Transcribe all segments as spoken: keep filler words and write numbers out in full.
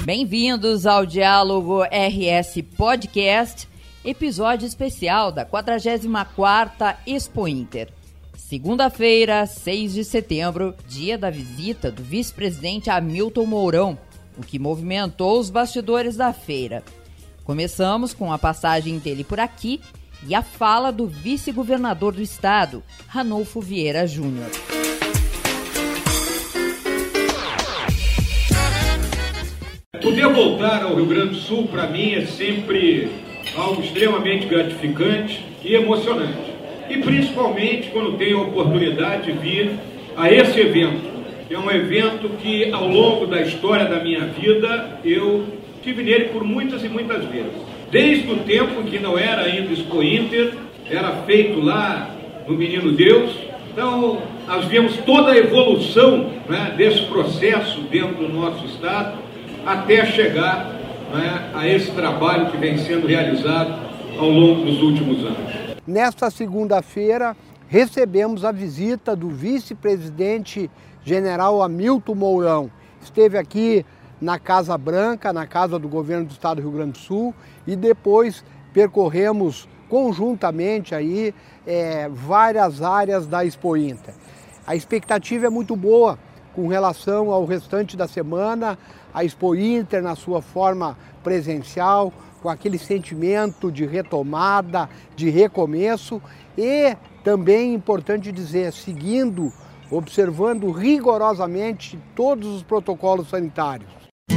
Bem-vindos ao Diálogo R S Podcast, episódio especial da quadragésima quarta Expo Inter. Segunda-feira, seis de setembro, dia da visita do vice-presidente Hamilton Mourão, o que movimentou os bastidores da feira. Começamos com a passagem dele por aqui e a fala do vice-governador do estado, Ranulfo Vieira Júnior. Poder voltar ao Rio Grande do Sul, para mim, é sempre algo extremamente gratificante e emocionante. E principalmente quando tenho a oportunidade de vir a esse evento. É um evento que, ao longo da história da minha vida, eu estive nele por muitas e muitas vezes. Desde o tempo que não era ainda Expo Inter, era feito lá no Menino Deus. Então, nós vemos toda a evolução, né, desse processo dentro do nosso estado, até chegar, né, a esse trabalho que vem sendo realizado ao longo dos últimos anos. Nesta segunda-feira, recebemos a visita do vice-presidente general Hamilton Mourão. Esteve aqui na Casa Branca, na Casa do Governo do Estado do Rio Grande do Sul, e depois percorremos conjuntamente aí, é, várias áreas da Expo Inter. A expectativa é muito boa com relação ao restante da semana, a Expo Inter na sua forma presencial, com aquele sentimento de retomada, de recomeço e também importante dizer, seguindo, observando rigorosamente todos os protocolos sanitários.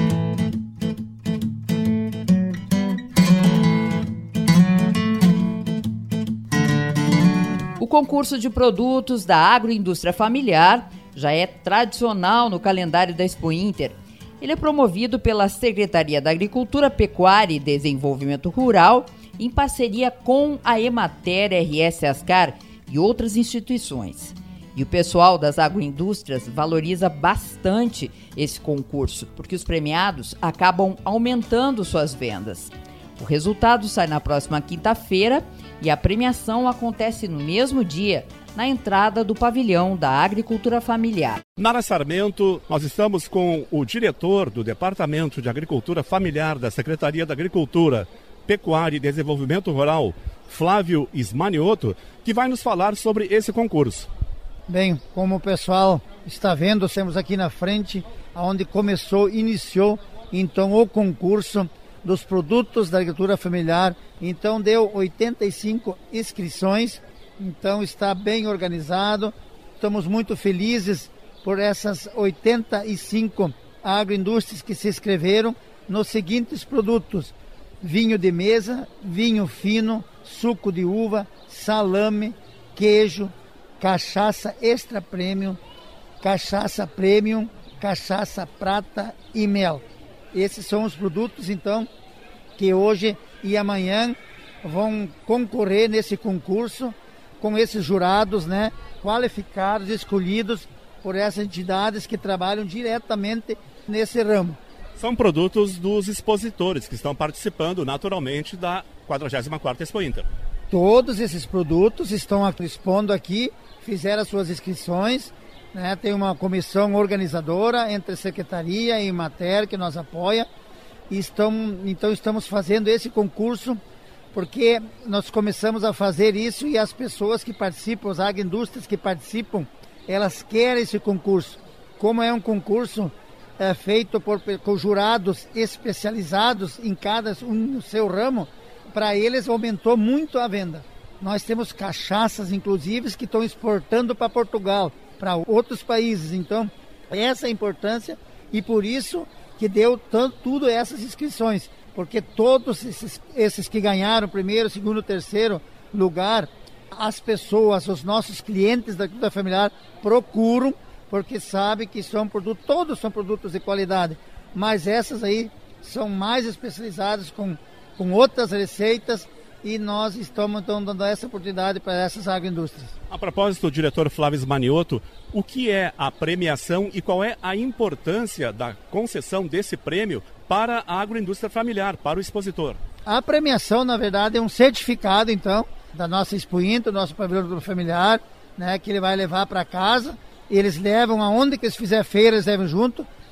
O concurso de produtos da agroindústria familiar já é tradicional no calendário da Expo Inter. Ele é promovido pela Secretaria da Agricultura, Pecuária e Desenvolvimento Rural, em parceria com a Emater R S Ascar e outras instituições. E o pessoal das agroindústrias valoriza bastante esse concurso, porque os premiados acabam aumentando suas vendas. O resultado sai na próxima quinta-feira e a premiação acontece no mesmo dia, na entrada do pavilhão da agricultura familiar. Nara Sarmento, nós estamos com o diretor do Departamento de Agricultura Familiar da Secretaria da Agricultura, Pecuária e Desenvolvimento Rural, Flávio Ismanioto, que vai nos falar sobre esse concurso. Bem, como o pessoal está vendo, estamos aqui na frente, onde começou, iniciou então o concurso dos produtos da agricultura familiar. Então deu oitenta e cinco inscrições. Então está bem organizado, estamos muito felizes por essas oitenta e cinco agroindústrias que se inscreveram nos seguintes produtos: vinho de mesa, vinho fino, suco de uva, salame, queijo, cachaça extra premium, cachaça premium, cachaça prata e mel. Esses são os produtos então que hoje e amanhã vão concorrer nesse concurso, com esses jurados, né, qualificados, escolhidos por essas entidades que trabalham diretamente nesse ramo. São produtos dos expositores que estão participando naturalmente da quadragésima quarta Expo Inter. Todos esses produtos estão expondo aqui, fizeram as suas inscrições, né, tem uma comissão organizadora entre a Secretaria e a Emater que nos apoia, e estão, então estamos fazendo esse concurso porque nós começamos a fazer isso e as pessoas que participam, as agroindústrias que participam, elas querem esse concurso. Como é um concurso é, feito por, por jurados especializados em cada um no seu ramo, para eles aumentou muito a venda. Nós temos cachaças, inclusive, que estão exportando para Portugal, para outros países. Então, essa é a importância e por isso que deu tanto, tudo essas inscrições. Porque todos esses, esses que ganharam primeiro, segundo, terceiro lugar, as pessoas, os nossos clientes da agricultura familiar procuram, porque sabem que são produtos, todos são produtos de qualidade, mas essas aí são mais especializadas com, com outras receitas e nós estamos então, dando essa oportunidade para essas agroindústrias. A propósito, diretor Flávio Ismanioto, o que é a premiação e qual é a importância da concessão desse prêmio para a agroindústria familiar, para o expositor? A premiação, na verdade, é um certificado, então, da nossa Expo Inter, do nosso pavilhão familiar, né, que ele vai levar para casa. Eles levam aonde que eles fizerem feira, eles levam junto.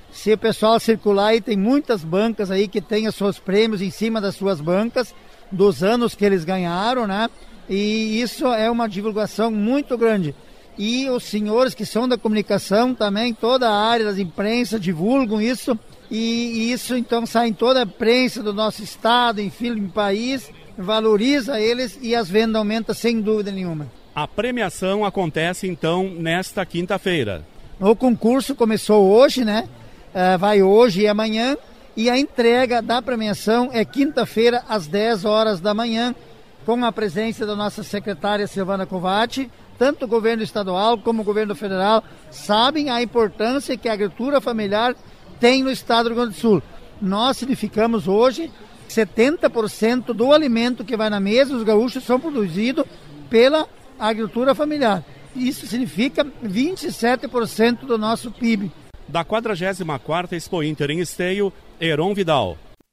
Se o pessoal circular aí, tem muitas bancas aí que tem os seus prêmios em cima das suas bancas, dos anos que eles ganharam, né? E isso é uma divulgação muito grande. E os senhores que são da comunicação também, toda a área das imprensas divulgam isso. E isso então sai em toda a imprensa do nosso estado, enfim, no país, valoriza eles e as vendas aumentam sem dúvida nenhuma. A premiação acontece então nesta quinta-feira. O concurso começou hoje, né? Uh, vai hoje e amanhã, e a entrega da premiação é quinta-feira às dez horas da manhã, com a presença da nossa secretária Silvana Covatti. Tanto o governo estadual como o governo federal sabem a importância que a agricultura familiar tem no estado do Rio Grande do Sul. Nós significamos hoje setenta por cento do alimento que vai na mesa dos gaúchos são produzidos pela agricultura familiar. Isso significa vinte e sete por cento do nosso P I B. Da quadragésima quarta Expo Inter em Esteio, Heron Vidal.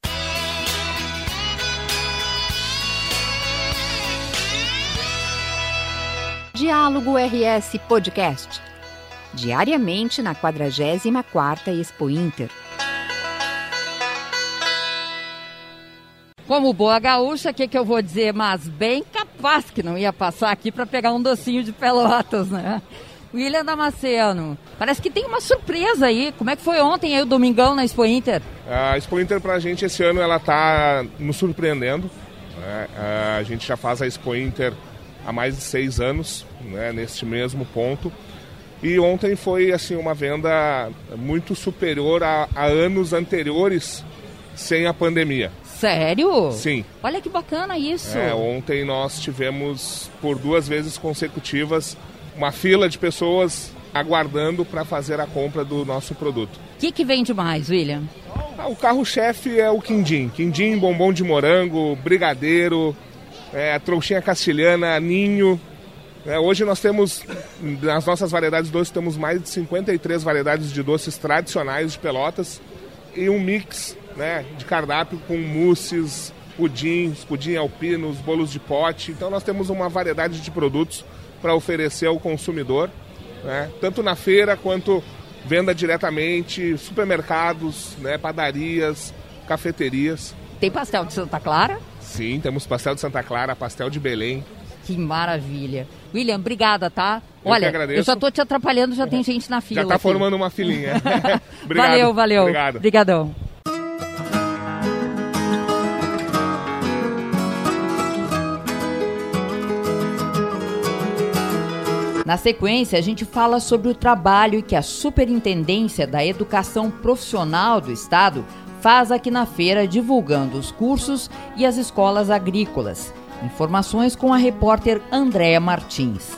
Diálogo R S Podcast. Diariamente na quadragésima quarta Expo Inter. Como boa gaúcha, o que, que eu vou dizer? Mas bem capaz que não ia passar aqui para pegar um docinho de Pelotas, né? William Damasceno, parece que tem uma surpresa aí. Como é que foi ontem aí o domingão na Expo Inter? A Expo Inter pra gente esse ano ela tá nos surpreendendo, né? A gente já faz a Expo Inter há mais de seis anos, né, neste mesmo ponto. E ontem foi assim uma venda muito superior a, a anos anteriores sem a pandemia. Sério? Sim. Olha que bacana isso. É, ontem nós tivemos por duas vezes consecutivas uma fila de pessoas aguardando para fazer a compra do nosso produto. O que, que vende mais, William? Ah, o carro-chefe é o quindim. Quindim, bombom de morango, brigadeiro, é, trouxinha castilhana, ninho. É, hoje nós temos, nas nossas variedades de doces, temos mais de cinquenta e três variedades de doces tradicionais de Pelotas e um mix, né, de cardápio com mousses, pudins, pudim alpinos, bolos de pote. Então nós temos uma variedade de produtos para oferecer ao consumidor, né, tanto na feira quanto venda diretamente, supermercados, né, padarias, cafeterias. Tem pastel de Santa Clara? Sim, temos pastel de Santa Clara, pastel de Belém. Que maravilha. William, obrigada, tá? Eu Olha, que agradeço. eu já tô te atrapalhando, já tem gente na fila. Já tá aqui. formando uma filinha. Obrigado. Valeu, valeu. Obrigado. Obrigadão. Na sequência, a gente fala sobre o trabalho que a Superintendência da Educação Profissional do Estado faz aqui na feira, divulgando os cursos e as escolas agrícolas. Informações com a repórter Andréa Martins.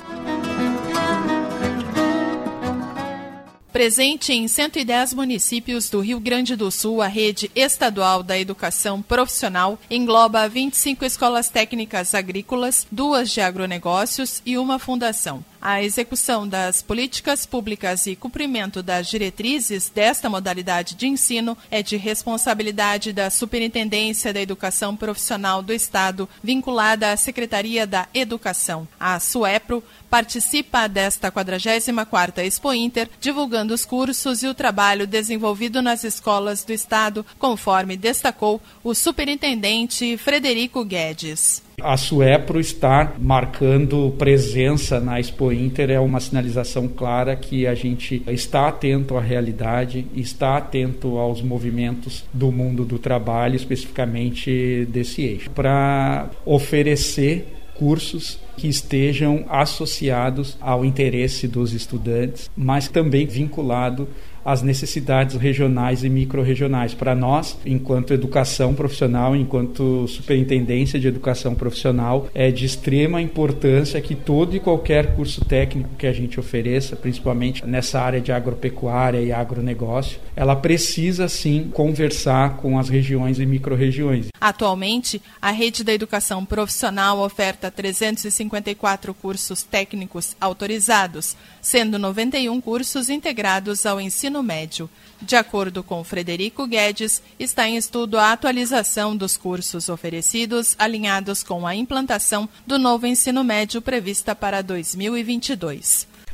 Presente em cento e dez municípios do Rio Grande do Sul, a Rede Estadual da Educação Profissional engloba vinte e cinco escolas técnicas agrícolas, duas de agronegócios e uma fundação. A execução das políticas públicas e cumprimento das diretrizes desta modalidade de ensino é de responsabilidade da Superintendência da Educação Profissional do Estado, vinculada à Secretaria da Educação. A SUEPRO participa desta quadragésima quarta Expo Inter, divulgando os cursos e o trabalho desenvolvido nas escolas do Estado, conforme destacou o superintendente Frederico Guedes. A SUEPRO estar marcando presença na Expo Inter é uma sinalização clara que a gente está atento à realidade, está atento aos movimentos do mundo do trabalho, especificamente desse eixo, para oferecer cursos que estejam associados ao interesse dos estudantes, mas também vinculado às necessidades regionais e micro-regionais. Para nós, enquanto educação profissional, enquanto superintendência de educação profissional, é de extrema importância que todo e qualquer curso técnico que a gente ofereça, principalmente nessa área de agropecuária e agronegócio, ela precisa sim conversar com as regiões e micro-regiões. Atualmente, a Rede da Educação Profissional oferta trezentos e cinquenta e quatro cursos técnicos autorizados, sendo noventa e um cursos integrados ao ensino médio. De acordo com Frederico Guedes, está em estudo a atualização dos cursos oferecidos, alinhados com a implantação do novo ensino médio prevista para dois mil e vinte e dois.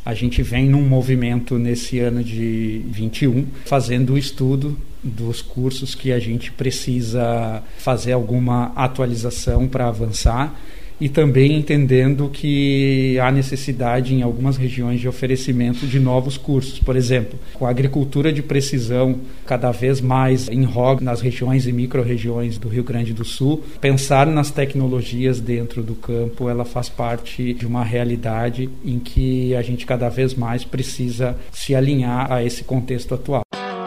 A gente vem num movimento nesse ano de vinte e um, fazendo o estudo dos cursos que a gente precisa fazer alguma atualização para avançar, e também entendendo que há necessidade em algumas regiões de oferecimento de novos cursos. Por exemplo, com a agricultura de precisão cada vez mais em voga nas regiões e micro-regiões do Rio Grande do Sul, pensar nas tecnologias dentro do campo, ela faz parte de uma realidade em que a gente cada vez mais precisa se alinhar a esse contexto atual.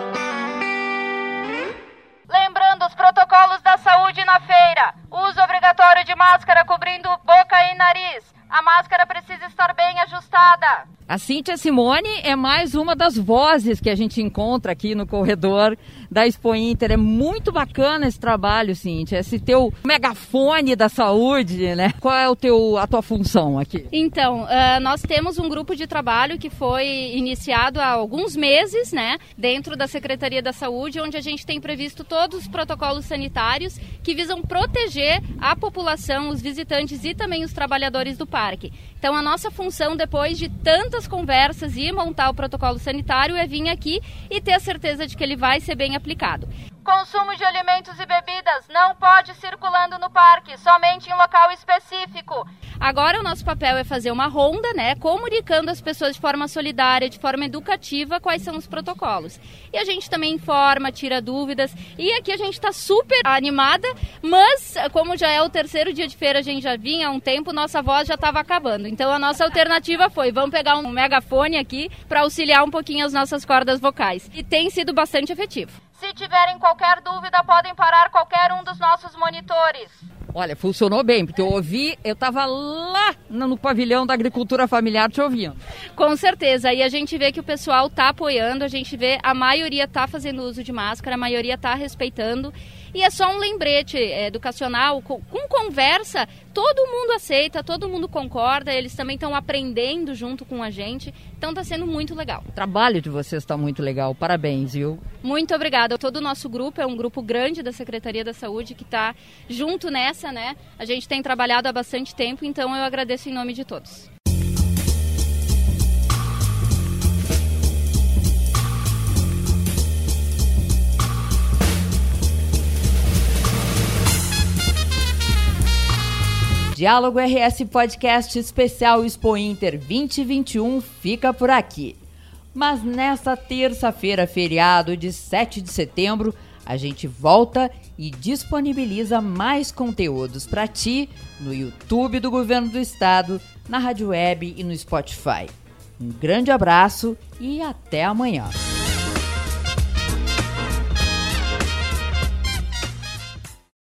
Lembrando os protocolos da saúde na feira. Uso obrigatório de máscara cobrindo boca e nariz. A máscara precisa estar bem ajustada. A Cíntia Simone é mais uma das vozes que a gente encontra aqui no corredor da Expo Inter. É muito bacana esse trabalho, Cíntia, esse teu megafone da saúde, né? Qual é o teu, a tua função aqui? Então, uh, nós temos um grupo de trabalho que foi iniciado há alguns meses, né? Dentro da Secretaria da Saúde, onde a gente tem previsto todos os protocolos sanitários que visam proteger a população, os visitantes e também os trabalhadores do parque. Então, a nossa função, depois de tantas conversas e montar o protocolo sanitário, é vir aqui e ter a certeza de que ele vai ser bem aplicado. Consumo de alimentos e bebidas não pode circulando no parque, somente em local específico. Agora o nosso papel é fazer uma ronda, né, comunicando as pessoas de forma solidária, de forma educativa, quais são os protocolos. E a gente também informa, tira dúvidas, e aqui a gente está super animada, mas como já é o terceiro dia de feira, a gente já vinha há um tempo, nossa voz já estava acabando. Então a nossa alternativa foi, vamos pegar um megafone aqui para auxiliar um pouquinho as nossas cordas vocais. E tem sido bastante efetivo. Se tiverem qualquer dúvida, podem parar qualquer um dos nossos monitores. Olha, funcionou bem, porque eu ouvi, eu estava lá no pavilhão da agricultura familiar te ouvindo. Com certeza, e a gente vê que o pessoal está apoiando, a gente vê a maioria está fazendo uso de máscara, a maioria está respeitando. E é só um lembrete educacional, com, com conversa, todo mundo aceita, todo mundo concorda, eles também estão aprendendo junto com a gente, então está sendo muito legal. O trabalho de vocês está muito legal, parabéns, viu? Muito obrigada. Todo o nosso grupo é um grupo grande da Secretaria da Saúde que está junto nessa, né? A gente tem trabalhado há bastante tempo, então eu agradeço em nome de todos. Diálogo R S Podcast Especial Expo Inter vinte e vinte e um fica por aqui. Mas nessa terça-feira, feriado de sete de setembro, a gente volta e disponibiliza mais conteúdos para ti no YouTube do Governo do Estado, na Rádio Web e no Spotify. Um grande abraço e até amanhã.